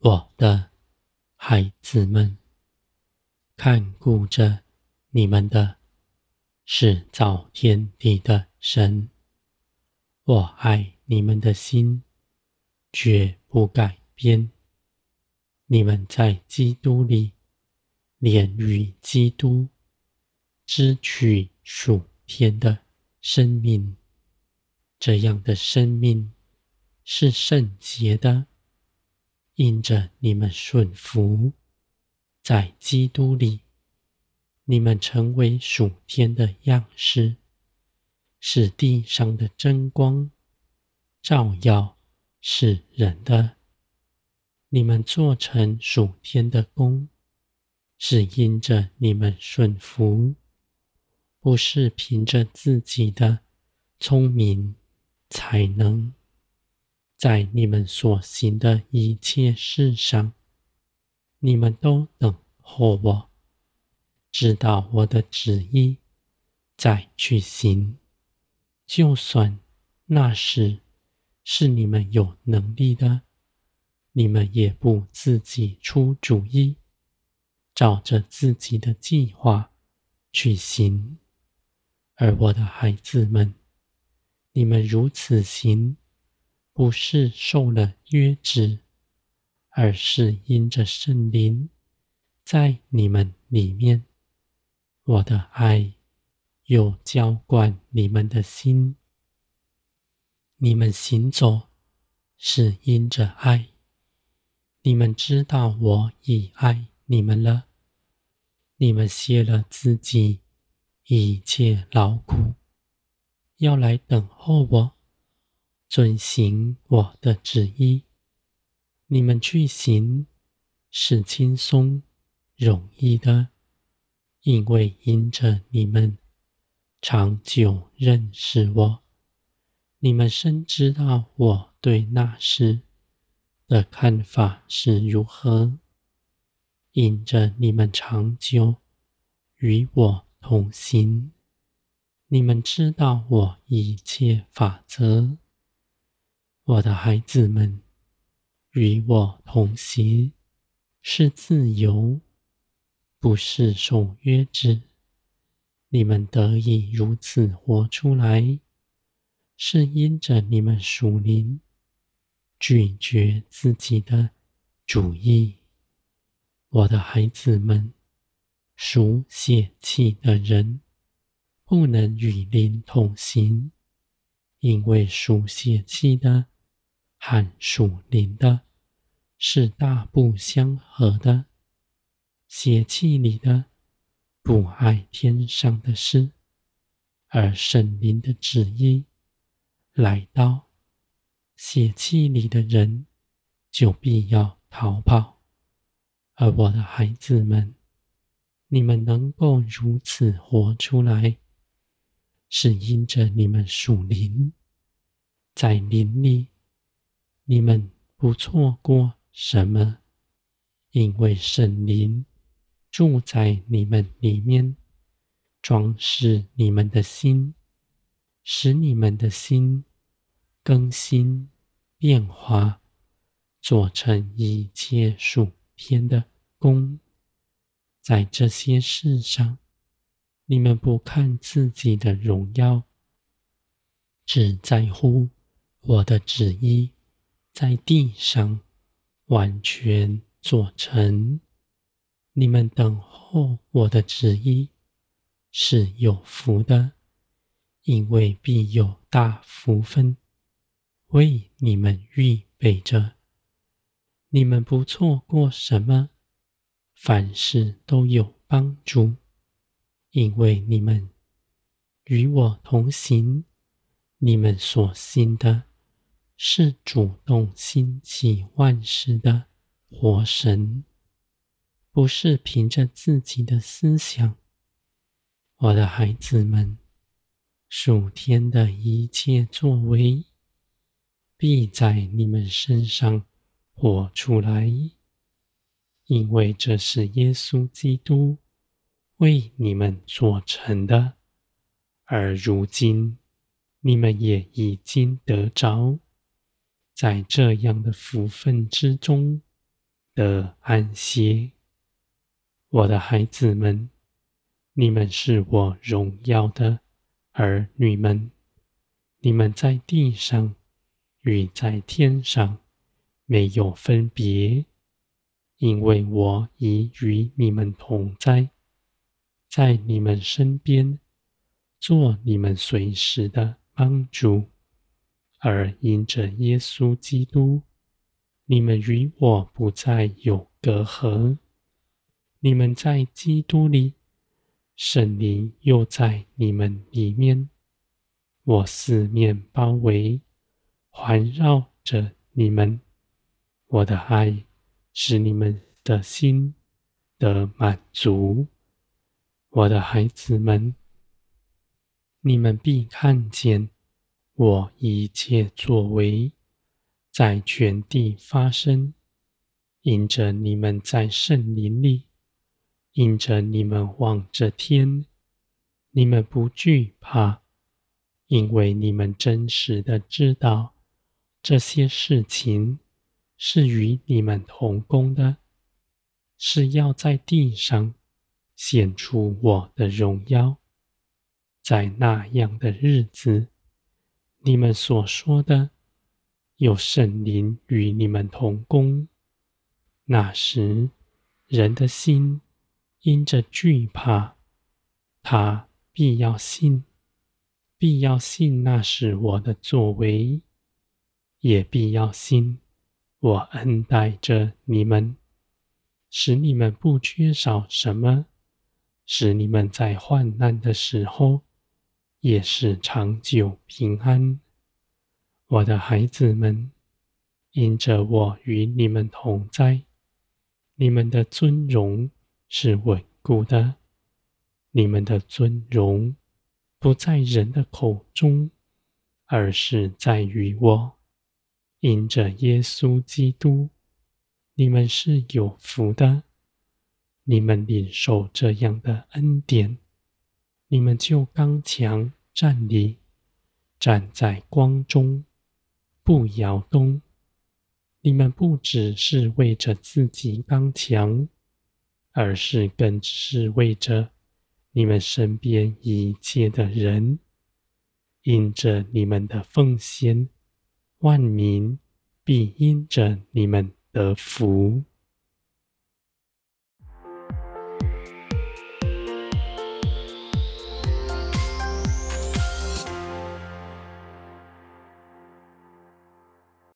我的孩子们，看顾着你们的是造天地的神。我爱你们的心绝不改变。你们在基督里连与基督，支取属天的生命。这样的生命是圣洁的，因着你们顺服，在基督里，你们成为属天的样式，是地上的真光，照耀世人的。你们做成属天的工，是因着你们顺服，不是凭着自己的聪明才能。在你们所行的一切事上，你们都等候我，知道我的旨意，再去行。就算那时是你们有能力的，你们也不自己出主意，照着自己的计划去行。而我的孩子们，你们如此行，不是受了约制，而是因着圣灵在你们里面。我的爱又浇灌你们的心。你们行走是因着爱，你们知道我已爱你们了。你们歇了自己一切劳苦，要来等候我，遵行我的旨意。你们去行是轻松容易的，因为因着你们长久认识我，你们深知道我对那事的看法是如何。因着你们长久与我同行，你们知道我一切法则。我的孩子们，与我同行是自由，不是受约制。你们得以如此活出来，是因着你们属灵拒绝自己的主意。我的孩子们，属血气的人不能与灵同行，因为属血气的和属灵的是大不相合的。血气里的不爱天上的事，而圣灵的旨意来到，血气里的人就必要逃跑。而我的孩子们，你们能够如此活出来，是因着你们属灵，在灵里，你们不错过什么，因为圣灵住在你们里面，装饰你们的心，使你们的心更新变化，做成一切属天的工。在这些事上，你们不看自己的荣耀，只在乎我的旨意在地上完全做成。你们等候我的旨意是有福的，因为必有大福分为你们预备着。你们不错过什么，凡事都有帮助，因为你们与我同行。你们所信的是主动兴起万事的活神，不是凭着自己的思想。我的孩子们，属天的一切作为必在你们身上活出来，因为这是耶稣基督为你们做成的，而如今你们也已经得着，在这样的福分之中， 得安歇。我的孩子们，你们是我荣耀的儿女们，你们在地上与在天上没有分别，因为我已与你们同在，在你们身边，做你们随时的帮助。而因着耶稣基督，你们与我不再有隔阂。你们在基督里，圣灵又在你们里面。我四面包围，环绕着你们。我的爱使你们的心得满足。我的孩子们，你们必看见我一切作为在全地发生，因着你们在圣灵里，因着你们望着天，你们不惧怕，因为你们真实的知道这些事情是与你们同工的，是要在地上显出我的荣耀。在那样的日子，你们所说的有圣灵与你们同工，那时人的心因着惧怕，他必要信那是我的作为，也必要信我恩待着你们，使你们不缺少什么，使你们在患难的时候也是长久平安。我的孩子们，因着我与你们同在，你们的尊荣是稳固的，你们的尊荣不在人的口中，而是在于我。因着耶稣基督，你们是有福的。你们领受这样的恩典，你们就刚强站立，站在光中，不摇动。你们不只是为着自己刚强，而是更是为着你们身边一切的人。因着你们的奉献，万民必因着你们得福。